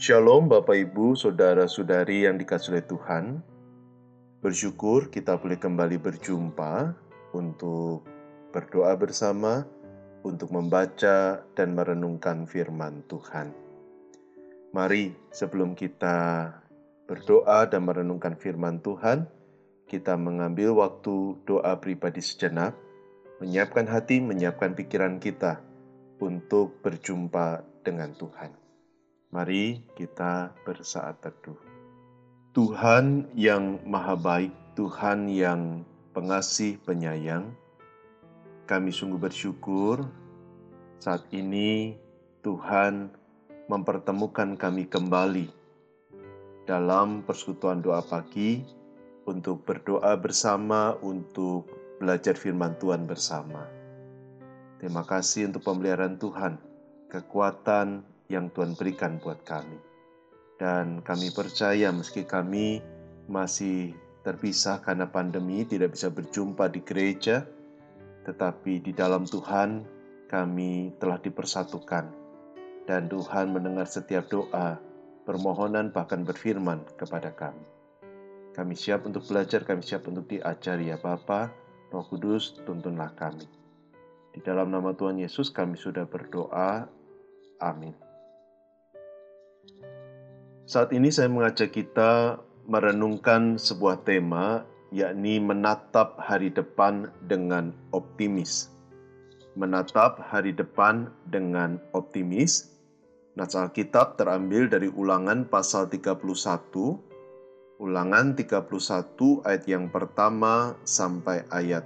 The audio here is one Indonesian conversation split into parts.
Shalom Bapak Ibu, Saudara-saudari yang dikasihi oleh Tuhan. Bersyukur kita boleh kembali berjumpa untuk berdoa bersama, untuk membaca dan merenungkan firman Tuhan. Mari sebelum kita berdoa dan merenungkan firman Tuhan, kita mengambil waktu doa pribadi sejenak, menyiapkan hati, menyiapkan pikiran kita untuk berjumpa dengan Tuhan. Mari kita bersaat teduh. Tuhan yang maha baik, Tuhan yang pengasih penyayang, kami sungguh bersyukur saat ini Tuhan mempertemukan kami kembali dalam persekutuan doa pagi untuk berdoa bersama, untuk belajar firman Tuhan bersama. Terima kasih untuk pemeliharaan Tuhan, kekuatan yang Tuhan berikan buat kami. Dan kami percaya meski kami masih terpisah karena pandemi, tidak bisa berjumpa di gereja, tetapi di dalam Tuhan kami telah dipersatukan. Dan Tuhan mendengar setiap doa, permohonan, bahkan berfirman kepada kami. Kami siap untuk belajar, kami siap untuk diajari ya Bapa, Roh Kudus, tuntunlah kami. Di dalam nama Tuhan Yesus kami sudah berdoa. Amin. Saat ini saya mengajak kita merenungkan sebuah tema, yakni menatap hari depan dengan optimis. Menatap hari depan dengan optimis. Nats Alkitab terambil dari Ulangan pasal 31, Ulangan 31 ayat yang pertama sampai ayat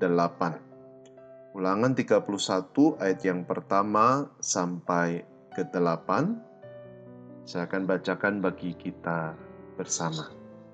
8. Ulangan 31 ayat yang pertama sampai ke-8. Saya akan bacakan bagi kita bersama.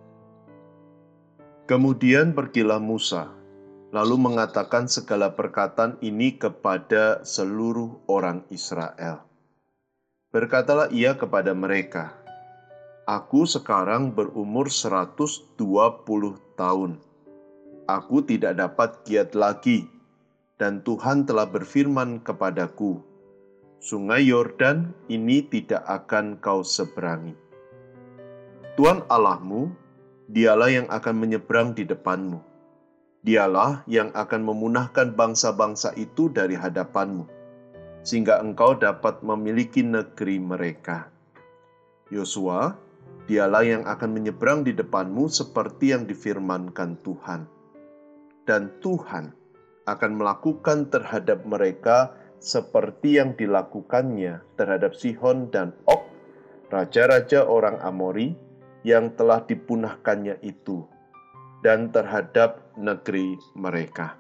Kemudian pergilah Musa, lalu mengatakan segala perkataan ini kepada seluruh orang Israel. Berkatalah ia kepada mereka, Aku sekarang berumur 120 tahun. Aku tidak dapat giat lagi, dan Tuhan telah berfirman kepadaku, Sungai Yordan ini tidak akan kau seberangi. Tuhan Allahmu, dialah yang akan menyeberang di depanmu. Dialah yang akan memunahkan bangsa-bangsa itu dari hadapanmu, sehingga engkau dapat memiliki negeri mereka. Yosua, dialah yang akan menyeberang di depanmu seperti yang difirmankan Tuhan. Dan Tuhan akan melakukan terhadap mereka seperti yang dilakukannya terhadap Sihon dan Og, raja-raja orang Amori yang telah dipunahkannya itu, dan terhadap negeri mereka.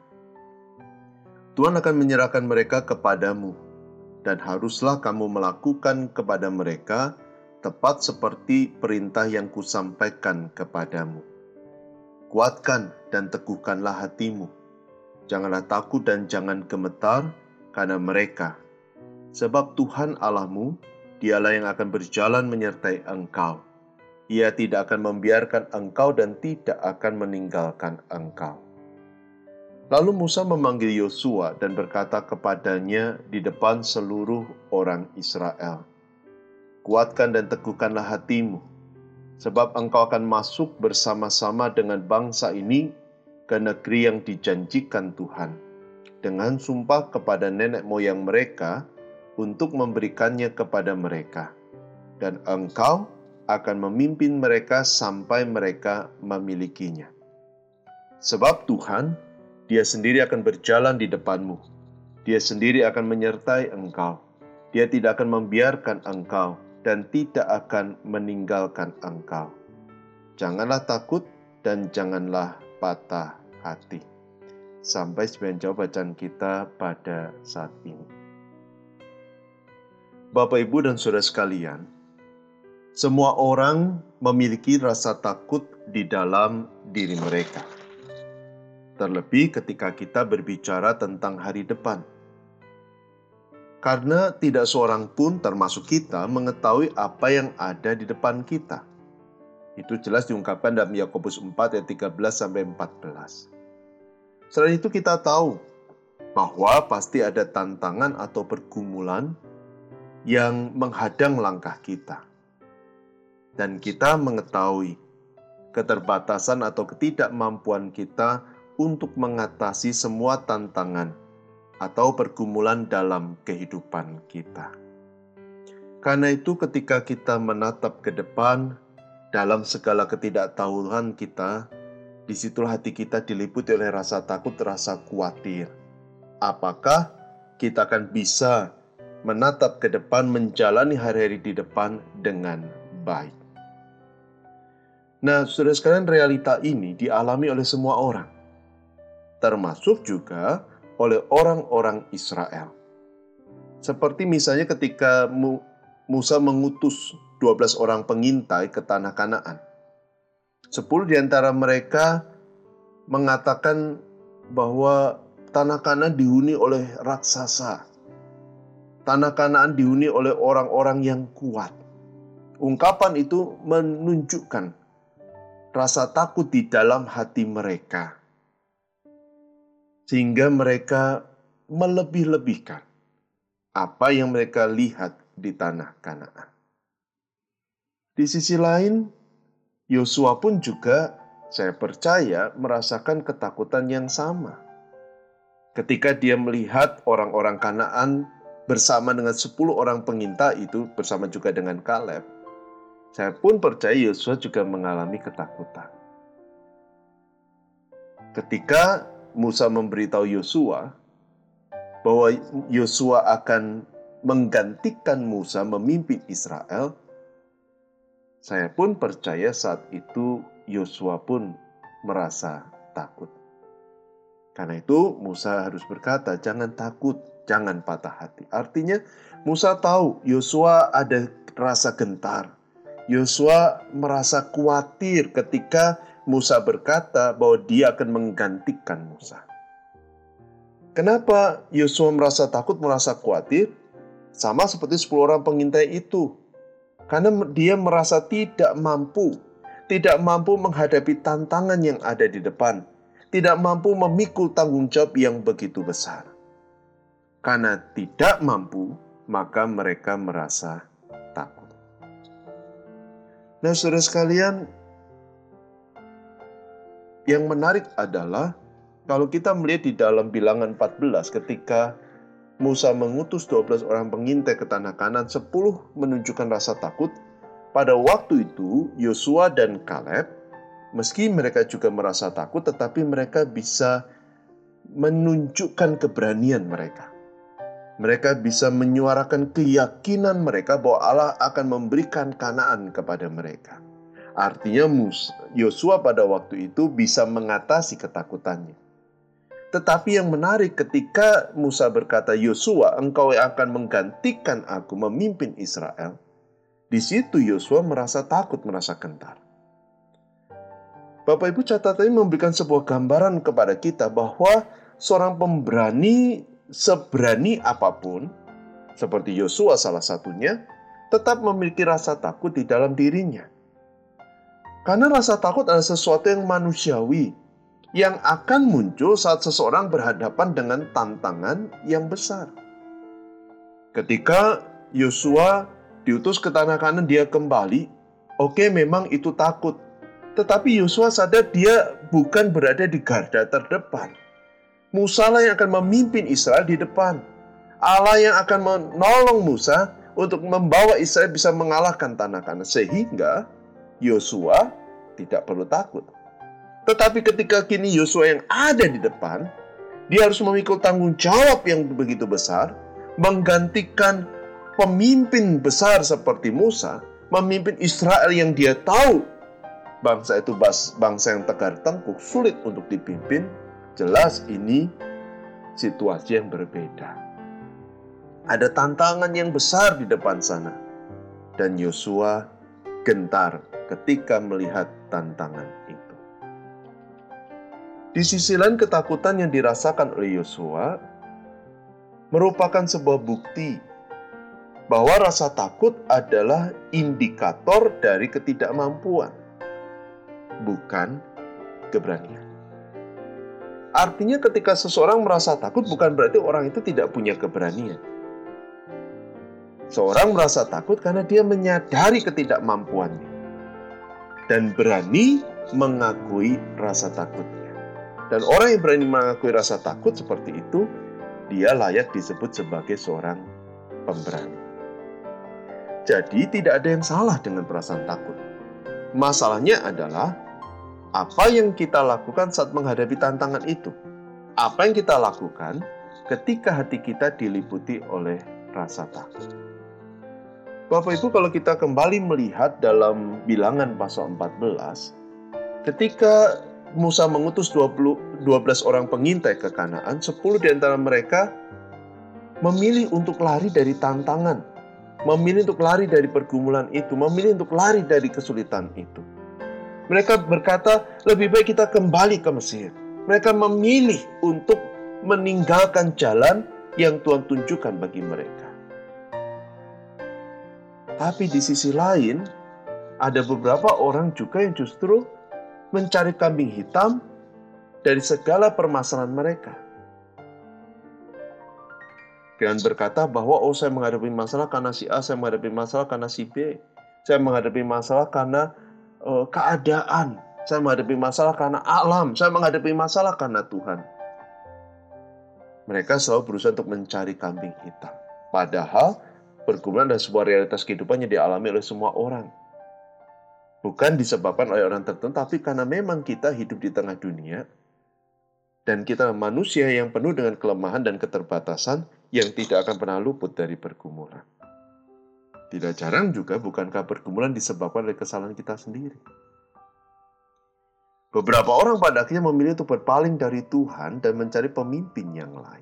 Tuhan akan menyerahkan mereka kepadamu, dan haruslah kamu melakukan kepada mereka tepat seperti perintah yang kusampaikan kepadamu. Kuatkan dan teguhkanlah hatimu. Janganlah takut dan jangan gemetar karena mereka, sebab Tuhan Allahmu, dialah yang akan berjalan menyertai engkau. Ia tidak akan membiarkan engkau dan tidak akan meninggalkan engkau. Lalu Musa memanggil Yosua dan berkata kepadanya di depan seluruh orang Israel, Kuatkan dan teguhkanlah hatimu, sebab engkau akan masuk bersama-sama dengan bangsa ini ke negeri yang dijanjikan Tuhan, dengan sumpah kepada nenek moyang mereka untuk memberikannya kepada mereka. Dan engkau akan memimpin mereka sampai mereka memilikinya. Sebab Tuhan, Dia sendiri akan berjalan di depanmu. Dia sendiri akan menyertai engkau. Dia tidak akan membiarkan engkau dan tidak akan meninggalkan engkau. Janganlah takut dan janganlah patah hati. Sampai sebagian jauh bacaan kita pada saat ini. Bapak, Ibu, dan Saudara sekalian, semua orang memiliki rasa takut di dalam diri mereka. Terlebih ketika kita berbicara tentang hari depan. Karena tidak seorang pun termasuk kita mengetahui apa yang ada di depan kita. Itu jelas diungkapkan dalam Yakobus 4 ayat 13-14. Selain itu kita tahu bahwa pasti ada tantangan atau pergumulan yang menghadang langkah kita. dan kita mengetahui keterbatasan atau ketidakmampuan kita untuk mengatasi semua tantangan atau pergumulan dalam kehidupan kita. Karena itu ketika kita menatap ke depan dalam segala ketidaktahuan kita, disitulah hati kita diliputi oleh rasa takut, rasa khawatir. Apakah kita akan bisa menatap ke depan, menjalani hari-hari di depan dengan baik? Nah, saudara sekalian, realita ini dialami oleh semua orang, termasuk juga oleh orang-orang Israel. Seperti misalnya ketika Musa mengutus 12 orang pengintai ke tanah Kanaan. 10 di antara mereka mengatakan bahwa tanah Kanaan dihuni oleh raksasa. Tanah Kanaan dihuni oleh orang-orang yang kuat. Ungkapan itu menunjukkan rasa takut di dalam hati mereka, sehingga mereka melebih-lebihkan apa yang mereka lihat di tanah Kanaan. Di sisi lain, Yosua pun juga, saya percaya, merasakan ketakutan yang sama. Ketika dia melihat orang-orang Kanaan bersama dengan 10 orang pengintai itu, bersama juga dengan Kaleb, saya pun percaya Yosua juga mengalami ketakutan. Ketika Musa memberitahu Yosua bahwa Yosua akan menggantikan Musa memimpin Israel, saya pun percaya saat itu Yosua pun merasa takut. Karena itu Musa harus berkata, jangan takut, jangan patah hati. Artinya Musa tahu Yosua ada rasa gentar. Yosua merasa khawatir ketika Musa berkata bahwa dia akan menggantikan Musa. Kenapa Yosua merasa takut, merasa khawatir? Sama seperti 10 orang pengintai itu. Karena dia merasa tidak mampu menghadapi tantangan yang ada di depan. Tidak mampu memikul tanggung jawab yang begitu besar. Karena tidak mampu, maka mereka merasa takut. Nah, saudara sekalian, yang menarik adalah kalau kita melihat di dalam Bilangan 14 ketika Musa mengutus 12 orang pengintai ke tanah Kanaan, 10 menunjukkan rasa takut. Pada waktu itu, Yosua dan Kaleb, meski mereka juga merasa takut, tetapi mereka bisa menunjukkan keberanian mereka. Mereka bisa menyuarakan keyakinan mereka bahwa Allah akan memberikan Kanaan kepada mereka. Artinya Yosua pada waktu itu bisa mengatasi ketakutannya. Tetapi yang menarik ketika Musa berkata, Yosua, engkau yang akan menggantikan aku memimpin Israel. Di situ Yosua merasa takut, merasa gentar. Bapak Ibu, catatannya memberikan sebuah gambaran kepada kita bahwa seorang pemberani, seberani apapun, seperti Yosua salah satunya, tetap memiliki rasa takut di dalam dirinya. Karena rasa takut adalah sesuatu yang manusiawi, yang akan muncul saat seseorang berhadapan dengan tantangan yang besar. Ketika Yosua diutus ke tanah Kanaan, dia kembali, oke, memang itu takut. Tetapi Yosua sadar dia bukan berada di garda terdepan. Musa lah yang akan memimpin Israel di depan. Allah yang akan menolong Musa untuk membawa Israel bisa mengalahkan tanah Kanaan. Sehingga Yosua tidak perlu takut. Tetapi ketika kini Yosua yang ada di depan, dia harus memikul tanggung jawab yang begitu besar, menggantikan pemimpin besar seperti Musa, memimpin Israel yang dia tahu bangsa itu bangsa yang tegar tengkuk, sulit untuk dipimpin. Jelas ini situasi yang berbeda. Ada tantangan yang besar di depan sana. Dan Yosua gentar ketika melihat tantangan itu. Di sisi lain, ketakutan yang dirasakan oleh Yosua merupakan sebuah bukti bahwa rasa takut adalah indikator dari ketidakmampuan, bukan keberanian. Artinya ketika seseorang merasa takut bukan berarti orang itu tidak punya keberanian. Seorang merasa takut karena dia menyadari ketidakmampuannya. dan berani mengakui rasa takutnya. Dan orang yang berani mengakui rasa takut seperti itu, dia layak disebut sebagai seorang pemberani. Jadi tidak ada yang salah dengan perasaan takut. Masalahnya adalah apa yang kita lakukan saat menghadapi tantangan itu. Apa yang kita lakukan ketika hati kita diliputi oleh rasa takut. Bapak Ibu, kalau kita kembali melihat dalam Bilangan pasal 14, ketika Musa mengutus 12 orang pengintai ke Kanaan, 10 di antara mereka memilih untuk lari dari tantangan, memilih untuk lari dari pergumulan itu, memilih untuk lari dari kesulitan itu. Mereka berkata, lebih baik kita kembali ke Mesir. Mereka memilih untuk meninggalkan jalan yang Tuhan tunjukkan bagi mereka. Tapi di sisi lain, ada beberapa orang juga yang justru mencari kambing hitam dari segala permasalahan mereka. Dengan berkata bahwa, saya menghadapi masalah karena si A, saya menghadapi masalah karena si B. Saya menghadapi masalah karena keadaan. Saya menghadapi masalah karena alam. Saya menghadapi masalah karena Tuhan. Mereka selalu berusaha untuk mencari kambing hitam. Padahal pergumulan dan sebuah realitas kehidupan yang dialami oleh semua orang. Bukan disebabkan oleh orang tertentu, tapi karena memang kita hidup di tengah dunia, dan kita manusia yang penuh dengan kelemahan dan keterbatasan yang tidak akan pernah luput dari pergumulan. Tidak jarang juga bukankah pergumulan disebabkan oleh kesalahan kita sendiri. Beberapa orang pada akhirnya memilih untuk berpaling dari Tuhan dan mencari pemimpin yang lain.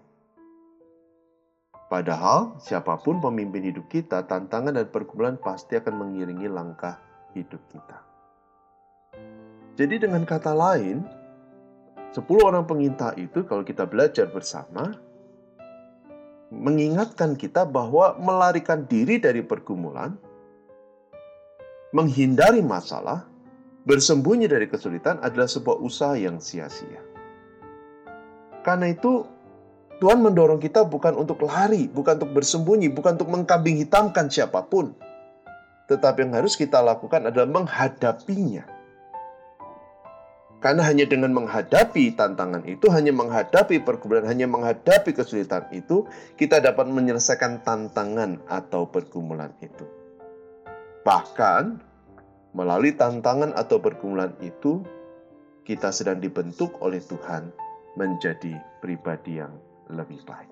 Padahal, siapapun pemimpin hidup kita, tantangan dan pergumulan pasti akan mengiringi langkah hidup kita. Jadi dengan kata lain, 10 orang pengintai itu kalau kita belajar bersama, mengingatkan kita bahwa melarikan diri dari pergumulan, menghindari masalah, bersembunyi dari kesulitan adalah sebuah usaha yang sia-sia. Karena itu, Tuhan mendorong kita bukan untuk lari, bukan untuk bersembunyi, bukan untuk mengkambing hitamkan siapapun. Tetapi yang harus kita lakukan adalah menghadapinya. Karena hanya dengan menghadapi tantangan itu, hanya menghadapi pergumulan, hanya menghadapi kesulitan itu, kita dapat menyelesaikan tantangan atau pergumulan itu. Bahkan, melalui tantangan atau pergumulan itu, kita sedang dibentuk oleh Tuhan menjadi pribadi yang lebih baik.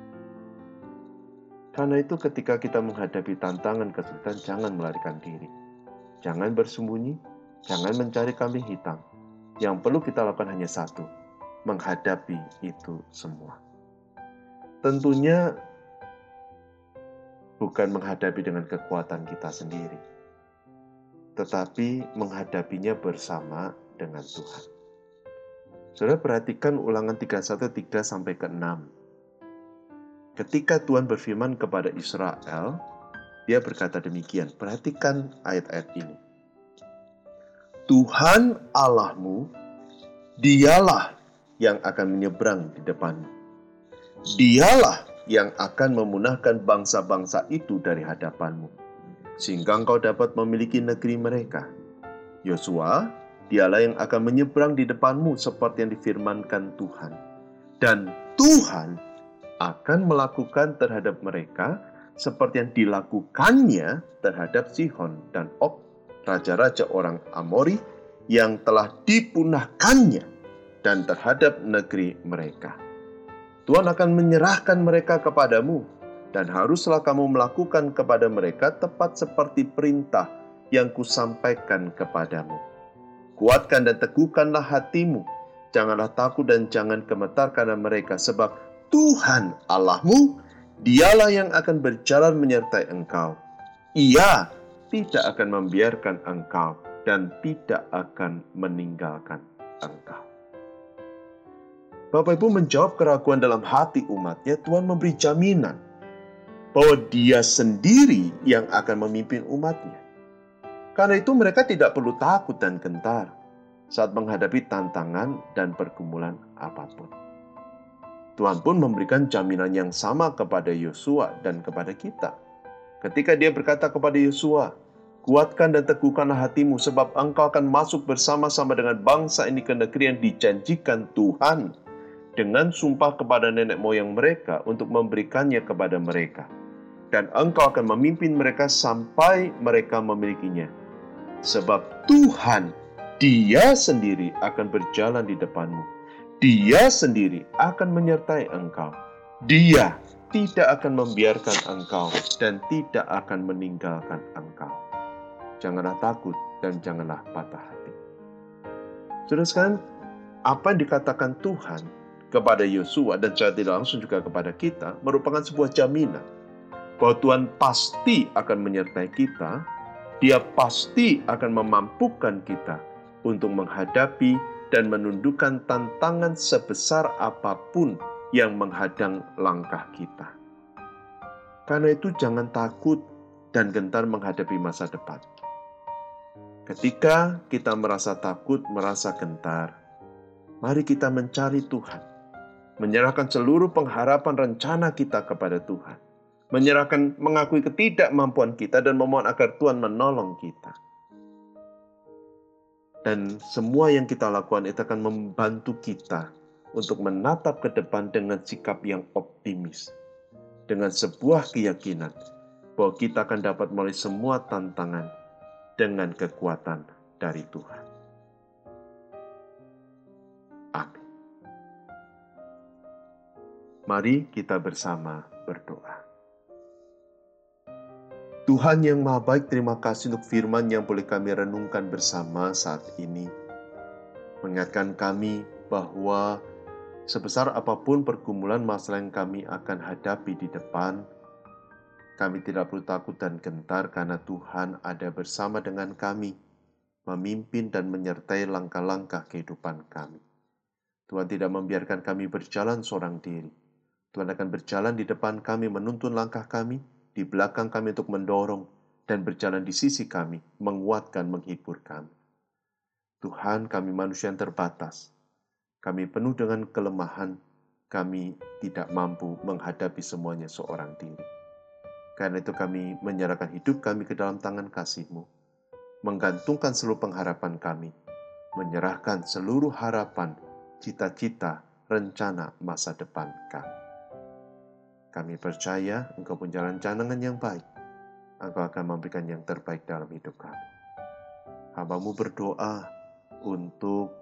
Karena itu ketika kita menghadapi tantangan kesulitan, jangan melarikan diri. Jangan bersembunyi, jangan mencari kambing hitam. Yang perlu kita lakukan hanya satu, menghadapi itu semua. Tentunya bukan menghadapi dengan kekuatan kita sendiri, tetapi menghadapinya bersama dengan Tuhan. Saudara perhatikan Ulangan 31:3-6. Ketika Tuhan berfirman kepada Israel, dia berkata demikian. Perhatikan ayat-ayat ini. Tuhan Allahmu, dialah yang akan menyeberang di depanmu. Dialah yang akan memunahkan bangsa-bangsa itu dari hadapanmu, sehingga engkau dapat memiliki negeri mereka. Yosua, dialah yang akan menyeberang di depanmu seperti yang difirmankan Tuhan. Dan Tuhan akan melakukan terhadap mereka seperti yang dilakukannya terhadap Sihon dan Og, raja-raja orang Amori yang telah dipunahkannya, dan terhadap negeri mereka. Tuhan akan menyerahkan mereka kepadamu, dan haruslah kamu melakukan kepada mereka tepat seperti perintah yang kusampaikan kepadamu. Kuatkan dan teguhkanlah hatimu, janganlah takut dan jangan gemetar karena mereka, sebab Tuhan Allahmu, dialah yang akan berjalan menyertai engkau. Ia tidak akan membiarkan engkau dan tidak akan meninggalkan engkau. Bapak Ibu menjawab keraguan dalam hati umatnya, Tuhan memberi jaminan bahwa Dia sendiri yang akan memimpin umatnya. Karena itu mereka tidak perlu takut dan gentar saat menghadapi tantangan dan pergumulan apapun. Tuhan pun memberikan jaminan yang sama kepada Yosua dan kepada kita. Ketika Dia berkata kepada Yosua, Kuatkan dan teguhkanlah hatimu, sebab engkau akan masuk bersama-sama dengan bangsa ini ke negeri yang dijanjikan Tuhan dengan sumpah kepada nenek moyang mereka untuk memberikannya kepada mereka. Dan engkau akan memimpin mereka sampai mereka memilikinya. Sebab Tuhan, Dia sendiri akan berjalan di depanmu. Dia sendiri akan menyertai engkau. Dia tidak akan membiarkan engkau dan tidak akan meninggalkan engkau. Janganlah takut dan janganlah patah hati. Saudara sekalian, apa yang dikatakan Tuhan kepada Yosua dan secara tidak langsung juga kepada kita merupakan sebuah jaminan bahwa Tuhan pasti akan menyertai kita. Dia pasti akan memampukan kita untuk menghadapi dan menundukkan tantangan sebesar apapun yang menghadang langkah kita. Karena itu jangan takut dan gentar menghadapi masa depan. Ketika kita merasa takut, merasa gentar, mari kita mencari Tuhan, menyerahkan seluruh pengharapan rencana kita kepada Tuhan, menyerahkan, mengakui ketidakmampuan kita dan memohon agar Tuhan menolong kita. Dan semua yang kita lakukan itu akan membantu kita untuk menatap ke depan dengan sikap yang optimis, dengan sebuah keyakinan bahwa kita akan dapat melalui semua tantangan dengan kekuatan dari Tuhan. Amin. Mari kita bersama berdoa. Tuhan yang Maha Baik, terima kasih untuk firman yang boleh kami renungkan bersama saat ini. Mengingatkan kami bahwa sebesar apapun pergumulan masalah yang kami akan hadapi di depan, kami tidak perlu takut dan gentar karena Tuhan ada bersama dengan kami, memimpin dan menyertai langkah-langkah kehidupan kami. Tuhan tidak membiarkan kami berjalan seorang diri. Tuhan akan berjalan di depan kami, menuntun langkah kami, di belakang kami untuk mendorong, dan berjalan di sisi kami, menguatkan, menghibur kami. Tuhan, kami manusia yang terbatas. Kami penuh dengan kelemahan, kami tidak mampu menghadapi semuanya seorang diri. Karena itu kami menyerahkan hidup kami ke dalam tangan kasih-Mu, menggantungkan seluruh pengharapan kami, menyerahkan seluruh harapan, cita-cita, rencana masa depan kami. Kami percaya Engkau punya rancangan yang baik. Engkau akan memberikan yang terbaik dalam hidup kami. Hamba-Mu berdoa untuk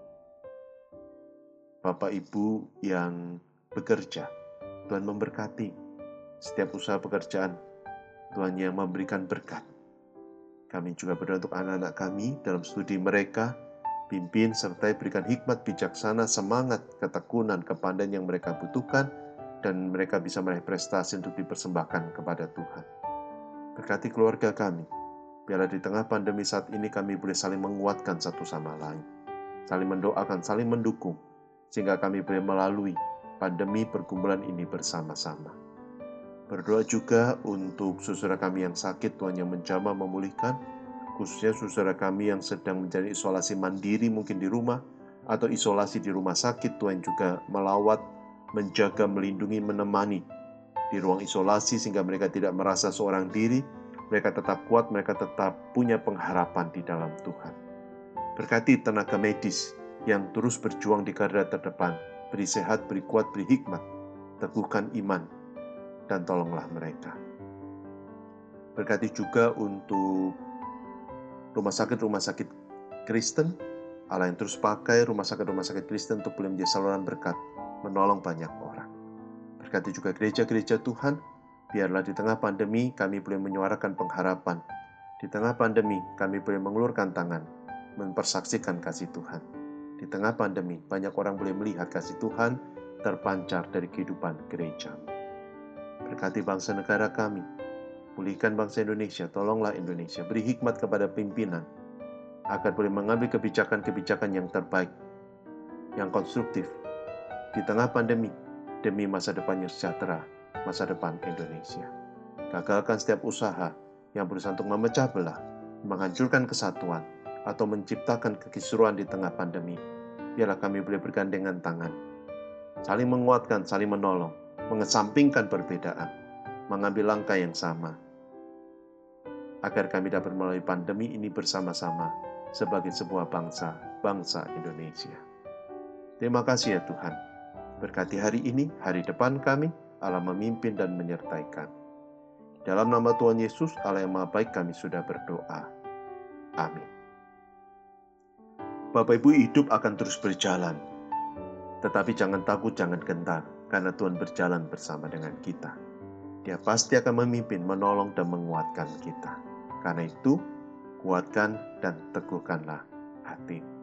Bapak Ibu yang bekerja. Tuhan memberkati setiap usaha pekerjaan. Tuhan yang memberikan berkat. Kami juga berdoa untuk anak-anak kami dalam studi mereka, pimpin serta berikan hikmat bijaksana, semangat, ketekunan, kepandaian yang mereka butuhkan, dan mereka bisa meraih prestasi untuk dipersembahkan kepada Tuhan. Berkati keluarga kami, biarlah di tengah pandemi saat ini kami boleh saling menguatkan satu sama lain, saling mendoakan, saling mendukung, sehingga kami boleh melalui pandemi pergumulan ini bersama-sama. Berdoa juga untuk saudara kami yang sakit, Tuhan yang menjamah memulihkan, khususnya saudara kami yang sedang menjalani isolasi mandiri mungkin di rumah, atau isolasi di rumah sakit, Tuhan juga melawat, menjaga, melindungi, menemani di ruang isolasi sehingga mereka tidak merasa seorang diri, mereka tetap kuat, mereka tetap punya pengharapan di dalam Tuhan. Berkati tenaga medis yang terus berjuang di garda terdepan, beri sehat, beri kuat, beri hikmat, teguhkan iman, dan tolonglah mereka. Berkati juga untuk rumah sakit Kristen, Allah yang terus pakai rumah sakit Kristen untuk boleh menjadi saluran berkat, menolong banyak orang. Berkati juga gereja-gereja Tuhan, biarlah di tengah pandemi kami boleh menyuarakan pengharapan. Di tengah pandemi kami boleh mengulurkan tangan, mempersaksikan kasih Tuhan. Di tengah pandemi banyak orang boleh melihat kasih Tuhan terpancar dari kehidupan gereja. Berkati bangsa negara kami, pulihkan bangsa Indonesia, tolonglah Indonesia, beri hikmat kepada pimpinan, agar boleh mengambil kebijakan-kebijakan yang terbaik, yang konstruktif, di tengah pandemi, demi masa depan yang sejahtera, masa depan Indonesia. Gagalkan setiap usaha yang berusaha untuk memecah belah, menghancurkan kesatuan, atau menciptakan kekisruhan di tengah pandemi. Biarlah kami boleh bergandengan tangan, saling menguatkan, saling menolong, mengesampingkan perbedaan, mengambil langkah yang sama, agar kami dapat melalui pandemi ini bersama-sama sebagai sebuah bangsa Indonesia. Terima kasih ya Tuhan. Berkati hari ini, hari depan kami, Allah memimpin dan menyertai kami. Dalam nama Tuhan Yesus, Allah yang Maha Baik, kami sudah berdoa. Amin. Bapak Ibu, hidup akan terus berjalan. Tetapi jangan takut, jangan gentar, karena Tuhan berjalan bersama dengan kita. Dia pasti akan memimpin, menolong, dan menguatkan kita. Karena itu, kuatkan dan teguhkanlah hati.